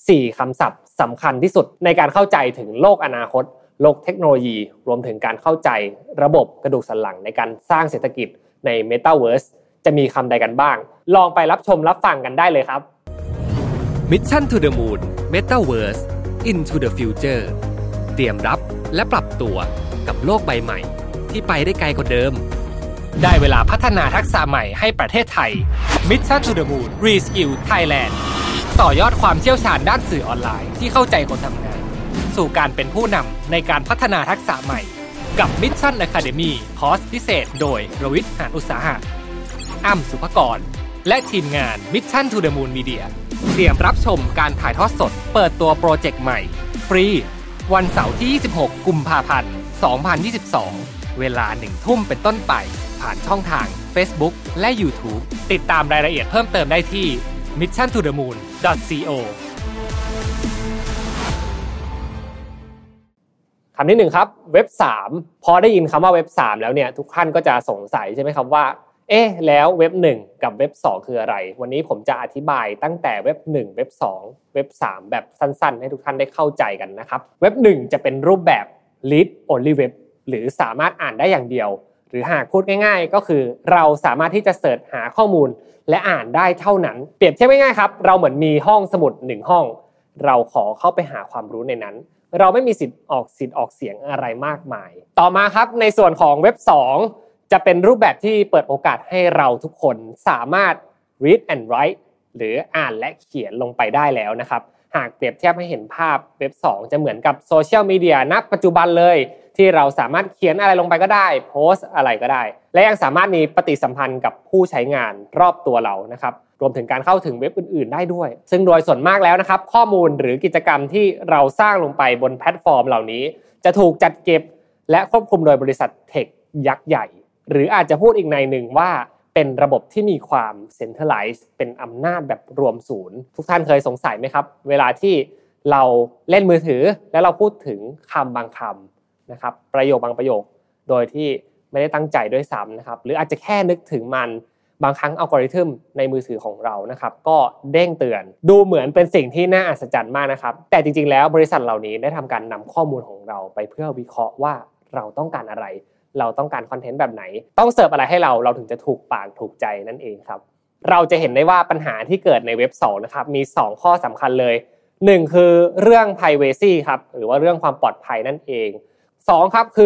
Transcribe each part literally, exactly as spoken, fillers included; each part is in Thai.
สี่คำศัพท์สำคัญที่สุดในการเข้าใจถึงโลกอนาคตโลกเทคโนโลยีรวมถึงการเข้าใจระบบกระดูกสันหลังในการสร้างเศรษฐกิจใน Metaverse จะมีคำใดกันบ้างลองไปรับชมรับฟังกันได้เลยครับ Mission to the Moon Metaverse Into the Future เตรียมรับและปรับตัวกับโลกใบใหม่ที่ไปได้ไกลกว่าเดิมได้เวลาพัฒนาทักษะใหม่ให้ประเทศไทย Mission to the Moon Reskill Thailand ต่อยอดความเชี่ยวชาญด้านสื่อออนไลน์ที่เข้าใจคนทำงานสู่การเป็นผู้นำในการพัฒนาทักษะใหม่กับ Mission Academy คอร์สพิเศษโดยรวิทย์หานอุตสาหะอ้ำสุภกรและทีมงาน Mission to the Moon Media เตรียมรับชมการถ่ายทอดสดเปิดตัวโปรเจกต์ใหม่ฟรีวันเสาร์ที่ยี่สิบหกกุมภาพันธ์สองพันยี่สิบสองเวลาหนึ่งทุ่มเป็นต้นไปผ่านช่องทาง Facebook และ YouTube ติดตามรายละเอียดเพิ่มเติมได้ที่ มิชชั่นทูเดอะมูน ดอท ซี โอคำที่หนึ่งครับเว็บสามพอได้ยินคำว่าเว็บสามแล้วเนี่ยทุกท่านก็จะสงสัยใช่ไหมครับว่าเอ๊ะแล้วเว็บหนึ่งกับเว็บสองคืออะไรวันนี้ผมจะอธิบายตั้งแต่เว็บหนึ่งเว็บสองเว็บสามแบบสั้นๆให้ทุกท่านได้เข้าใจกันนะครับเว็บหนึ่งจะเป็นรูปแบบ read only web หรือสามารถอ่านได้อย่างเดียวหรือหากพูดง่ายๆก็คือเราสามารถที่จะเสิร์ชหาข้อมูลและอ่านได้เท่านั้นเปรียบเทียบง่ายๆครับเราเหมือนมีห้องสมุดหนึ่งห้องเราขอเข้าไปหาความรู้ในนั้นเราไม่มีสิทธิ์ออกสิทธิ์ออกเสียงอะไรมากมายต่อมาครับในส่วนของเว็บสองจะเป็นรูปแบบที่เปิดโอกาสให้เราทุกคนสามารถ read and write หรืออ่านและเขียนลงไปได้แล้วนะครับหากเปรียบเทียบให้เห็นภาพเว็บสองจะเหมือนกับโซเชียลมีเดียณปัจจุบันเลยที่เราสามารถเขียนอะไรลงไปก็ได้โพสต์อะไรก็ได้และยังสามารถมีปฏิสัมพันธ์กับผู้ใช้งานรอบตัวเรานะครับรวมถึงการเข้าถึงเว็บอื่นๆได้ด้วยซึ่งโดยส่วนมากแล้วนะครับข้อมูลหรือกิจกรรมที่เราสร้างลงไปบนแพลตฟอร์มเหล่านี้จะถูกจัดเก็บและควบคุมโดยบริษัทเทคยักษ์ใหญ่หรืออาจจะพูดอีกในหนึ่งว่าเป็นระบบที่มีความ centralized เป็นอำนาจแบบรวมศูนย์ทุกท่านเคยสงสัยไหมครับเวลาที่เราเล่นมือถือแล้วเราพูดถึงคำบางคำนะครับประโยคบางประโยคโดยที่ไม่ได้ตั้งใจด้วยซ้ำนะครับหรืออาจจะแค่นึกถึงมันบางครั้งอัลกอริทึมในมือถือของเรานะครับก็เด้งเตือนดูเหมือนเป็นสิ่งที่น่าอัศจรรย์มากนะครับแต่จริงๆแล้วบริษัทเหล่านี้ได้ทำการนำข้อมูลของเราไปเพื่อวิเคราะห์ว่าเราต้องการอะไรเราต้องการคอนเทนต์แบบไหนต้องเสิร์ฟอะไรให้เราเราถึงจะถูกปากถูกใจนั่นเองครับเราจะเห็นได้ว่าปัญหาที่เกิดในเว็บสองนะครับมีสองข้อสำคัญเลยหนึ่งคือเรื่อง privacy ครับหรือว่าเรื่องความปลอดภัยนั่นเองสองครับคือ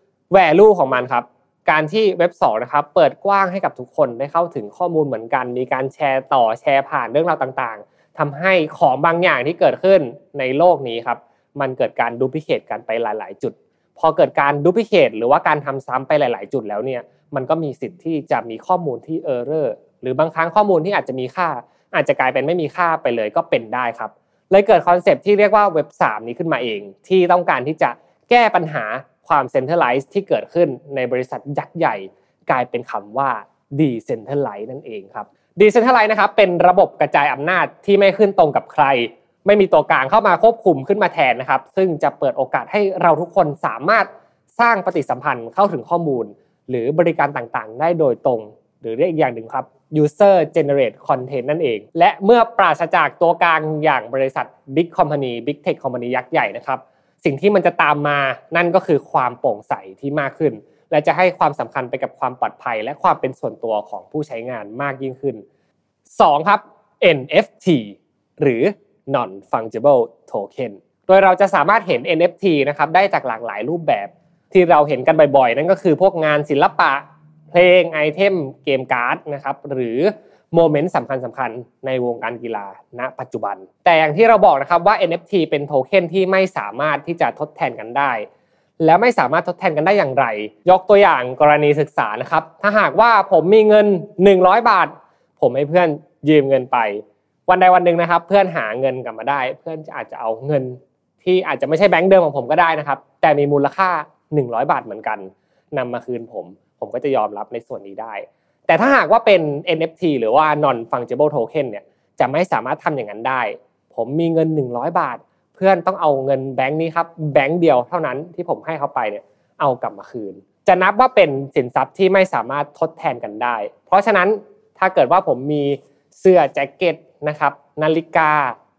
value ของมันครับการที่เว็บสองนะครับเปิดกว้างให้กับทุกคนได้เข้าถึงข้อมูลเหมือนกันมีการแชร์ต่อแชร์ผ่านเรื่องราวต่างๆทำให้ของบางอย่างที่เกิดขึ้นในโลกนี้ครับมันเกิดการดูพลิเคทกันไปหลายๆจุดพอเกิดการดูพลิเคทหรือว่าการทำซ้ำไปหลายๆจุดแล้วเนี่ยมันก็มีสิทธิ์ที่จะมีข้อมูลที่ error หรือบางครั้งข้อมูลที่อาจจะมีค่าอาจจะกลายเป็นไม่มีค่าไปเลยก็เป็นได้ครับเลยเกิดคอนเซปต์ที่เรียกว่าเว็บสามนี้ขึ้นมาเองที่ต้องการที่จะแก้ปัญหาความ centralized ที่เกิดขึ้นในบริษัทยักษ์ใหญ่กลายเป็นคำว่า decentralized นั่นเองครับ decentralized นะครับเป็นระบบกระจายอำนาจที่ไม่ขึ้นตรงกับใครไม่มีตัวกลางเข้ามาควบคุมขึ้นมาแทนนะครับซึ่งจะเปิดโอกาสให้เราทุกคนสามารถสร้างปฏิสัมพันธ์เข้าถึงข้อมูลหรือบริการต่างๆได้โดยตรงหรือเรียกอีกอย่างหนึ่งครับ user generate content นั่นเองและเมื่อปราศจากตัวกลางอย่างบริษัท big company big tech company ยักษ์ใหญ่นะครับสิ่งที่มันจะตามมานั่นก็คือความโปร่งใสที่มากขึ้นและจะให้ความสำคัญไปกับความปลอดภัยและความเป็นส่วนตัวของผู้ใช้งานมากยิ่งขึ้นสองครับ เอ็น เอฟ ที หรือ non fungible token โดยเราจะสามารถเห็น เอ็น เอฟ ที นะครับได้จากหลากหลายรูปแบบที่เราเห็นกันบ่อยๆนั่นก็คือพวกงานศิลปะเพลงไอเทมเกมการ์ดนะครับหรือโมเมนต์สำคัญสำคัญในวงการกีฬาณปัจจุบันแต่อย่างที่เราบอกนะครับว่า เอ็น เอฟ ที เป็นโทเค็นที่ไม่สามารถที่จะทดแทนกันได้และไม่สามารถทดแทนกันได้อย่างไรยกตัวอย่างกรณีศึกษานะครับถ้าหากว่าผมมีเงินหนึ่งร้อยบาทผมให้เพื่อนยืมเงินไปวันใดวันหนึ่งนะครับเพื่อนหาเงินกลับมาได้เพื่อนอาจจะเอาเงินที่อาจจะไม่ใช่แบงค์เดิมของผมก็ได้นะครับแต่มีมูลค่าหนึ่งร้อยบาทเหมือนกันนำมาคืนผมผมก็จะยอมรับในส่วนนี้ได้แต่ถ้าหากว่าเป็น เอ็น เอฟ ที หรือว่า non fungible token เนี่ยจะไม่สามารถทำอย่างนั้นได้ผมมีเงินหนึ่งร้อยบาทเพื่อนต้องเอาเงินแบงค์นี้ครับแบงค์เดียวเท่านั้นที่ผมให้เขาไปเนี่ยเอากลับมาคืนจะนับว่าเป็นสินทรัพย์ที่ไม่สามารถทดแทนกันได้เพราะฉะนั้นถ้าเกิดว่าผมมีเสื้อแจ็คเก็ตนะครับนาฬิกา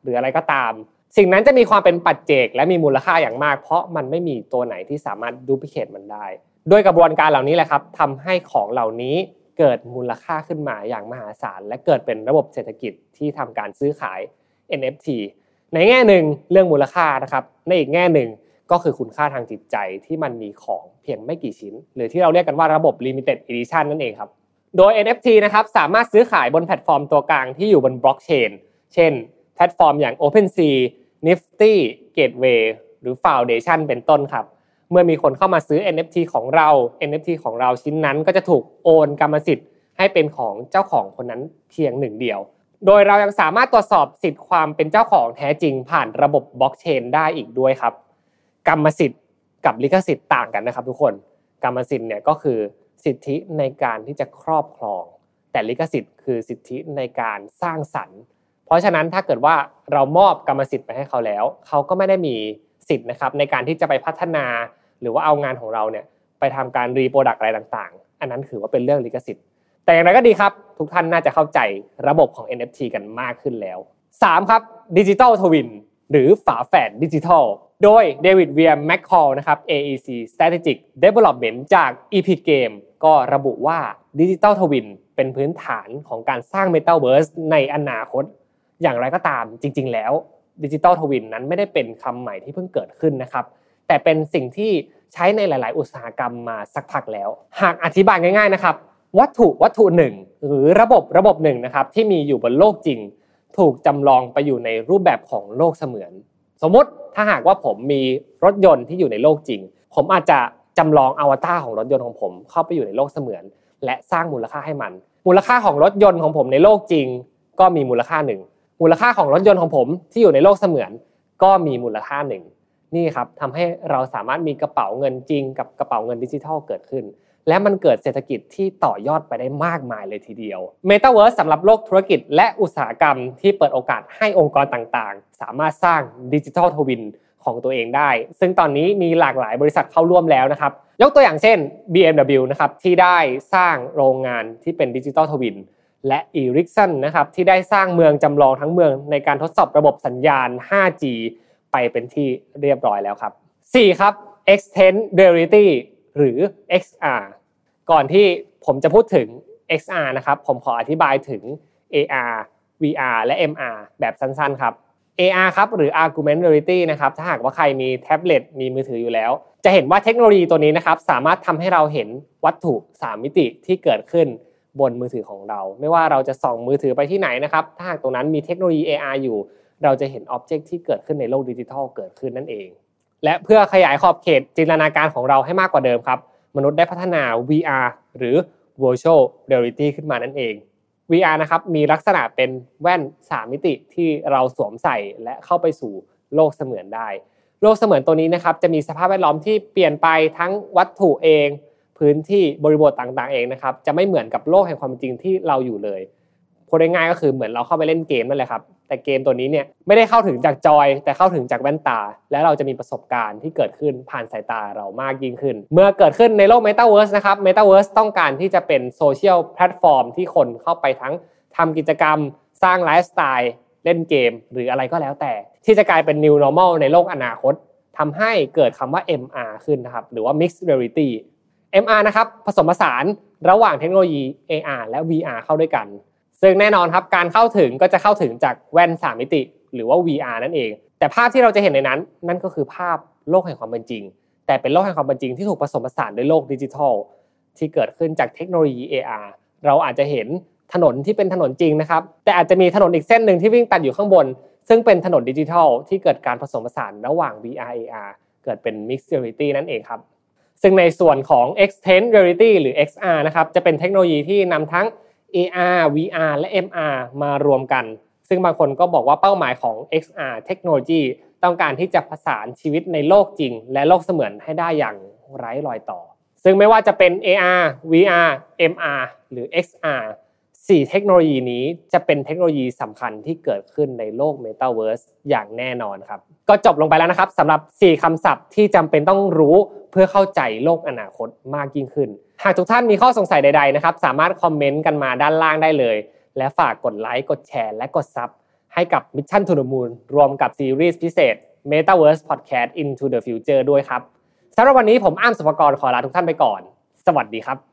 หรืออะไรก็ตามสิ่งนั้นจะมีความเป็นปัจเจกและมีมูลค่าอย่างมากเพราะมันไม่มีตัวไหนที่สามารถดูพลิเคทมันได้ด้วยกระบวนการเหล่านี้แหละครับทำให้ของเหล่านี้เกิดมูลค่าขึ้นมาอย่างมหาศาลและเกิดเป็นระบบเศรษฐกิจที่ทำการซื้อขาย เอ็น เอฟ ที ในแง่หนึ่งเรื่องมูลค่านะครับในอีกแง่หนึ่งก็คือคุณค่าทางจิตใจที่มันมีของเพียงไม่กี่ชิ้นหรือที่เราเรียกกันว่าระบบ Limited Edition นั่นเองครับโดย เอ็น เอฟ ที นะครับสามารถซื้อขายบนแพลตฟอร์มตัวกลางที่อยู่บนบล็อกเชนเช่นแพลตฟอร์มอย่าง OpenSea Nifty Gateway หรือ Foundation เป็นต้นครับเมื่อมีคนเข้ามาซื้อ เอ็น เอฟ ที ของเรา เอ็น เอฟ ที ของเราชิ้นนั้นก็จะถูกโอนกรรมสิทธิ์ให้เป็นของเจ้าของคนนั้นเพียงหนึ่งเดียวโดยเรายังสามารถตรวจสอบสิทธิ์ความเป็นเจ้าของแท้จริงผ่านระบบบล็อกเชนได้อีกด้วยครับกรรมสิทธิ์กับลิขสิทธิ์ต่างกันนะครับทุกคนกรรมสิทธิ์เนี่ยก็คือสิทธิในการที่จะครอบครองแต่ลิขสิทธิ์คือสิทธิในการสร้างสรรค์เพราะฉะนั้นถ้าเกิดว่าเรามอบกรรมสิทธิ์ไปให้เขาแล้วเขาก็ไม่ได้มีสิทธิ์นะครับในการที่จะไปพัฒนาหรือว่าเอางานของเราเนี่ยไปทำการรีโปรดักต์อะไรต่างๆอันนั้นถือว่าเป็นเรื่องลิขสิทธิ์แต่อย่างไรก็ดีครับทุกท่านน่าจะเข้าใจระบบของ เอ็น เอฟ ที กันมากขึ้นแล้วสามครับ Digital Twin หรือฝาแฝดดิจิทัลโดยเดวิดเวียร์แมคคอลนะครับ เอ อี ซี Strategic Development จาก อี พี Game ก็ระบุว่า Digital Twin เป็นพื้นฐานของการสร้าง Metaverse ในอนาคตอย่างไรก็ตามจริงๆแล้ว Digital Twin นั้นไม่ได้เป็นคำใหม่ที่เพิ่งเกิดขึ้นนะครับแต่เป็นสิ่งที่ใช้ในหลายๆอุตสาหกรรมมาสักพักแล้วหากอธิบายง่ายๆนะครับวัตถุวัตถุหนึ่งหรือระบบระบบหนึ่งนะครับที่มีอยู่บนโลกจริงถูกจำลองไปอยู่ในรูปแบบของโลกเสมือนสมมติถ้าหากว่าผมมีรถยนต์ที่อยู่ในโลกจริงผมอาจจะจำลองอวตารของรถยนต์ของผมเข้าไปอยู่ในโลกเสมือนและสร้างมูลค่าให้มันมูลค่าของรถยนต์ของผมในโลกจริงก็มีมูลค่าหนึ่งมูลค่าของรถยนต์ของผมที่อยู่ในโลกเสมือนก็มีมูลค่าหนึ่งนี่ครับทำให้เราสามารถมีกระเป๋าเงินจริงกับกระเป๋าเงินดิจิทัลเกิดขึ้นและมันเกิดเศรษฐกิจที่ต่อยอดไปได้มากมายเลยทีเดียว Metaverse สำหรับโลกธุรกิจและอุตสาหกรรมที่เปิดโอกาสให้องค์กรต่างๆสามารถสร้าง Digital Twin ของตัวเองได้ซึ่งตอนนี้มีหลากหลายบริษัทเข้าร่วมแล้วนะครับยกตัวอย่างเช่น บี เอ็ม ดับเบิลยู นะครับที่ได้สร้างโรงงานที่เป็น Digital Twin และ Ericsson นะครับที่ได้สร้างเมืองจำลองทั้งเมืองในการทดสอบระบบสัญญาณ ห้าจี ไปเป็นที่เรียบร้อยแล้วครับสี่ครับ Extended Reality หรือ เอ็กซ์ อาร์ก่อนที่ผมจะพูดถึง เอ็กซ์ อาร์ นะครับผมขออธิบายถึง เอ อาร์ วี อาร์ และ เอ็ม อาร์ แบบสั้นๆครับ เอ อาร์ ครับหรือ Augmented Reality นะครับถ้าหากว่าใครมีแท็บเล็ตมีมือถืออยู่แล้วจะเห็นว่าเทคโนโลยีตัวนี้นะครับสามารถทำให้เราเห็นวัตถุสามมิติที่เกิดขึ้นบนมือถือของเราไม่ว่าเราจะส่องมือถือไปที่ไหนนะครับถ้าหากตรงนั้นมีเทคโนโลยี เอ อาร์ อยู่เราจะเห็นอ็อบเจกต์ที่เกิดขึ้นในโลกดิจิทัลเกิดขึ้นนั่นเองและเพื่อขยายขอบเขตจินตนาการของเราให้มากกว่าเดิมครับมนุษย์ได้พัฒนา วี อาร์ หรือ Virtual Reality ขึ้นมานั่นเอง วี อาร์ นะครับมีลักษณะเป็นแว่นสามมิติที่เราสวมใส่และเข้าไปสู่โลกเสมือนได้โลกเสมือนตัวนี้นะครับจะมีสภาพแวดล้อมที่เปลี่ยนไปทั้งวัตถุเองพื้นที่บริบทต่างๆเองนะครับจะไม่เหมือนกับโลกแห่งความจริงที่เราอยู่เลยพูดง่ายๆก็คือเหมือนเราเข้าไปเล่นเกมนั่นแหละครับแต่เกมตัวนี้เนี่ยไม่ได้เข้าถึงจากจอยแต่เข้าถึงจากแว่นตาและเราจะมีประสบการณ์ที่เกิดขึ้นผ่านสายตาเรามากยิ่งขึ้นเมื่อเกิดขึ้นในโลก Metaverse นะครับ Metaverse ต้องการที่จะเป็นโซเชียลแพลตฟอร์มที่คนเข้าไปทั้งทำกิจกรรมสร้างไลฟ์สไตล์เล่นเกมหรืออะไรก็แล้วแต่ที่จะกลายเป็น New Normal ในโลกอนาคตทำให้เกิดคำว่า เอ็ม อาร์ ขึ้นนะครับหรือว่า Mixed Reality เอ็ม อาร์ นะครับผสมผสานระหว่างเทคโนโลยี เอ อาร์ และ วี อาร์ เข้าด้วยกันซึ่งแน่นอนครับการเข้าถึงก็จะเข้าถึงจากแว่นสามมิติหรือว่า วี อาร์ นั่นเองแต่ภาพที่เราจะเห็นในนั้นนั่นก็คือภาพโลกแห่งความเป็นจริงแต่เป็นโลกแห่งความเป็นจริงที่ถูกผสมผสานด้วยโลกดิจิทัลที่เกิดขึ้นจากเทคโนโลยี เอ อาร์ เราอาจจะเห็นถนนที่เป็นถนนจริงนะครับแต่อาจจะมีถนนอีกเส้นนึงที่วิ่งตัดอยู่ข้างบนซึ่งเป็นถนนดิจิทัลที่เกิดการผสมผสานระหว่าง วี อาร์ เอ อาร์ เกิดเป็น Mixed Reality นั่นเองครับซึ่งในส่วนของ Extended Reality หรือ เอ็กซ์ อาร์ นะครับจะเป็นเทคโนโลยีที่นำทั้ง เอ อาร์ วี อาร์ และ เอ็ม อาร์ มารวมกันซึ่งบางคนก็บอกว่าเป้าหมายของ เอ็กซ์ อาร์ Technology ต้องการที่จะผสานชีวิตในโลกจริงและโลกเสมือนให้ได้อย่างไร้รอยต่อซึ่งไม่ว่าจะเป็น เอ อาร์ วี อาร์ เอ็ม อาร์ หรือ เอ็กซ์ อาร์ สี่เทคโนโลยีนี้จะเป็นเทคโนโลยีสำคัญที่เกิดขึ้นในโลก Metaverse อย่างแน่นอนครับก็จบลงไปแล้วนะครับสำหรับสี่คำศัพท์ที่จำเป็นต้องรู้เพื่อเข้าใจโลกอนาคตมากยิ่งขึ้นหากทุกท่านมีข้อสงสัยใดๆนะครับสามารถคอมเมนต์กันมาด้านล่างได้เลยและฝากกดไลค์กดแชร์และกดซับให้กับ Mission to the Moon รวมกับซีรีส์พิเศษ Metaverse Podcast Into the Future ด้วยครับสำหรับวันนี้ผมอ้ำสุภกรขอลาทุกท่านไปก่อนสวัสดีครับ